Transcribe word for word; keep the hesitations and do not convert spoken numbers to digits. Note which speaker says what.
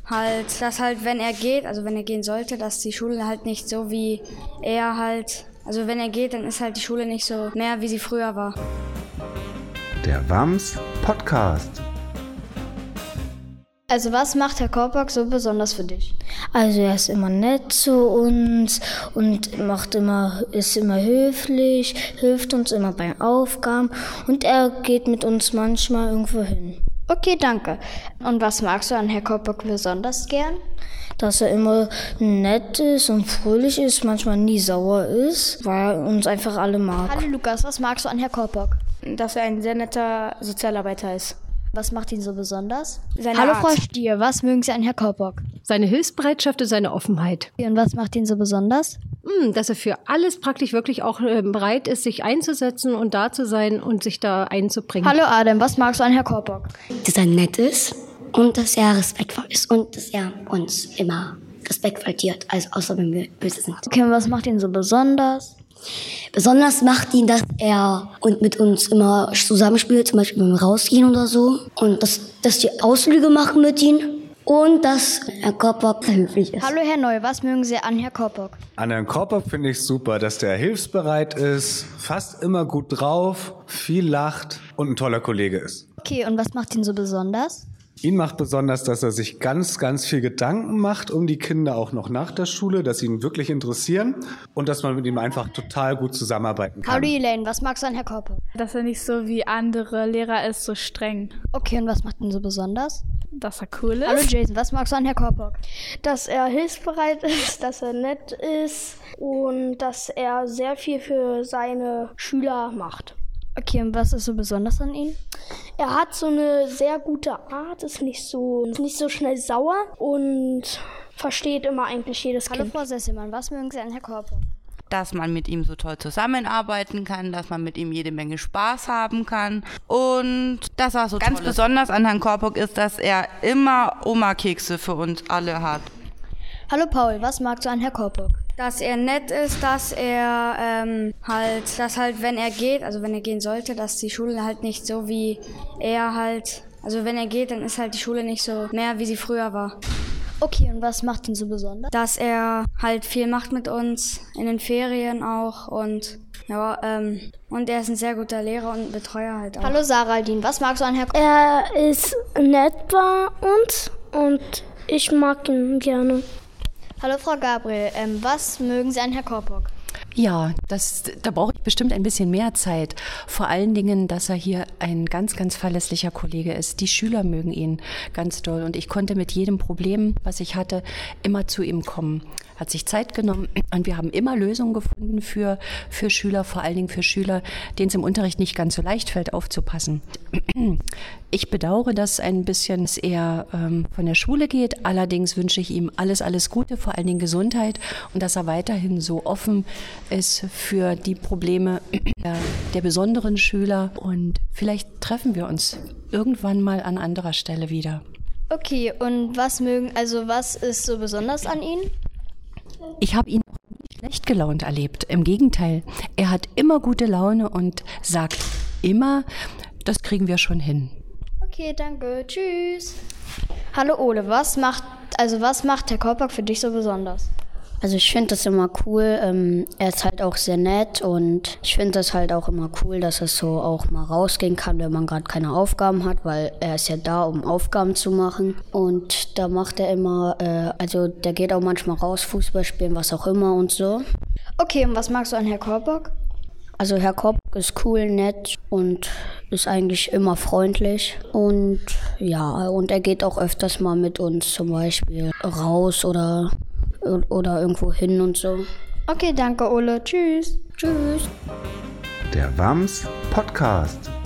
Speaker 1: halt, dass halt, wenn er geht, also wenn er gehen sollte, dass die Schule halt nicht so wie er halt, also wenn er geht, dann ist halt die Schule nicht so mehr, wie sie früher war.
Speaker 2: Der W A M S Podcast.
Speaker 3: Also was macht Herr Korpak so besonders für dich?
Speaker 4: Also er ist immer nett zu uns und macht immer, ist immer höflich, hilft uns immer bei Aufgaben und er geht mit uns manchmal irgendwo hin.
Speaker 3: Okay, danke. Und was magst du an Herr Korpak besonders gern?
Speaker 4: Dass er immer nett ist und fröhlich ist, manchmal nie sauer ist, weil er uns einfach alle mag.
Speaker 3: Hallo Lukas, was magst du an Herr Korpak?
Speaker 4: Dass er ein sehr netter Sozialarbeiter ist.
Speaker 3: Was macht ihn so besonders?
Speaker 4: Seine
Speaker 3: Hallo
Speaker 4: Art.
Speaker 3: Frau Stier, was mögen Sie an Herr Korpak?
Speaker 5: Seine Hilfsbereitschaft und seine Offenheit.
Speaker 3: Und was macht ihn so besonders?
Speaker 5: Hm, dass er für alles praktisch wirklich auch äh, bereit ist, sich einzusetzen und da zu sein und sich da einzubringen.
Speaker 3: Hallo Adam, was magst du an Herr Korpak?
Speaker 6: Dass er nett ist und dass er respektvoll ist und dass er uns immer respektvoll diert, also außer wenn wir böse sind.
Speaker 3: Okay, und was macht ihn so besonders?
Speaker 6: Besonders macht ihn, dass er und mit uns immer zusammenspielt, zum Beispiel beim Rausgehen oder so. Und dass, dass wir Ausflüge machen mit ihm. Und dass Herr Korpak höflich ist.
Speaker 3: Hallo Herr Neu, was mögen Sie an Herr Korpak?
Speaker 7: An Herrn Korpak finde ich super, dass der hilfsbereit ist, fast immer gut drauf, viel lacht und ein toller Kollege ist.
Speaker 3: Okay, und was macht ihn so besonders?
Speaker 7: Ihn macht besonders, dass er sich ganz, ganz viel Gedanken macht um die Kinder, auch noch nach der Schule, dass sie ihn wirklich interessieren und dass man mit ihm einfach total gut zusammenarbeiten kann.
Speaker 3: Hallo Elaine, was magst du an Herr Korpak?
Speaker 8: Dass er nicht so wie andere Lehrer ist, so streng.
Speaker 3: Okay, und was macht ihn so besonders?
Speaker 8: Dass er cool ist.
Speaker 3: Hallo Jason, was magst du an Herr Korpak?
Speaker 9: Dass er hilfsbereit ist, dass er nett ist und dass er sehr viel für seine Schüler macht.
Speaker 3: Okay, und was ist so besonders an ihm?
Speaker 9: Er hat so eine sehr gute Art, ist nicht so, nicht so schnell sauer und versteht immer eigentlich jedes
Speaker 3: Hallo
Speaker 9: Kind.
Speaker 3: Frau Sesselmann, was mögen Sie an Herr Korpak?
Speaker 10: Dass man mit ihm so toll zusammenarbeiten kann, dass man mit ihm jede Menge Spaß haben kann und dass er so ganz toll besonders an Herrn Korpak ist, dass er immer Oma-Kekse für uns alle hat.
Speaker 3: Hallo Paul, was magst du an Herr Korpak?
Speaker 1: Dass er nett ist, dass er ähm, halt, dass halt, wenn er geht, also wenn er gehen sollte, dass die Schule halt nicht so wie er halt, also wenn er geht, dann ist halt die Schule nicht so mehr, wie sie früher war.
Speaker 3: Okay, und was macht ihn so besonders?
Speaker 1: Dass er halt viel macht mit uns, in den Ferien auch und ja, ähm, und er ist ein sehr guter Lehrer und Betreuer halt auch.
Speaker 3: Hallo Saraldin, was magst du an Herr Korpak?
Speaker 9: Er ist nett bei uns und ich mag ihn gerne.
Speaker 3: Hallo Frau Gabriel, ähm, was mögen Sie an Herr Korpak?
Speaker 11: Ja, das, da brauche ich bestimmt ein bisschen mehr Zeit. Vor allen Dingen, dass er hier ein ganz, ganz verlässlicher Kollege ist. Die Schüler mögen ihn ganz doll und ich konnte mit jedem Problem, was ich hatte, immer zu ihm kommen. Hat sich Zeit genommen und wir haben immer Lösungen gefunden für, für Schüler, vor allen Dingen für Schüler, denen es im Unterricht nicht ganz so leicht fällt, aufzupassen. Ich bedauere das ein bisschen, dass er ähm, von der Schule geht. Allerdings wünsche ich ihm alles, alles Gute, vor allen Dingen Gesundheit und dass er weiterhin so offen ist für die Probleme der, der besonderen Schüler. Und vielleicht treffen wir uns irgendwann mal an anderer Stelle wieder.
Speaker 3: Okay, und was mögen, also was ist so besonders an Ihnen?
Speaker 11: Ich habe ihn nicht schlecht gelaunt erlebt. Im Gegenteil, er hat immer gute Laune und sagt immer, das kriegen wir schon hin.
Speaker 3: Okay, danke. Tschüss. Hallo Ole, was macht, also was macht Herr Korpak für dich so besonders?
Speaker 6: Also ich finde das immer cool, ähm, er ist halt auch sehr nett und ich finde das halt auch immer cool, dass er so auch mal rausgehen kann, wenn man gerade keine Aufgaben hat, weil er ist ja da, um Aufgaben zu machen und da macht er immer, äh, also der geht auch manchmal raus, Fußball spielen, was auch immer und so.
Speaker 3: Okay, und was magst du an Herr Korpak?
Speaker 6: Also Herr Korpak ist cool, nett und ist eigentlich immer freundlich und ja, und er geht auch öfters mal mit uns zum Beispiel raus oder oder irgendwo hin und so.
Speaker 3: Okay, danke Ole. Tschüss.
Speaker 6: Tschüss.
Speaker 2: Der W A M S Podcast.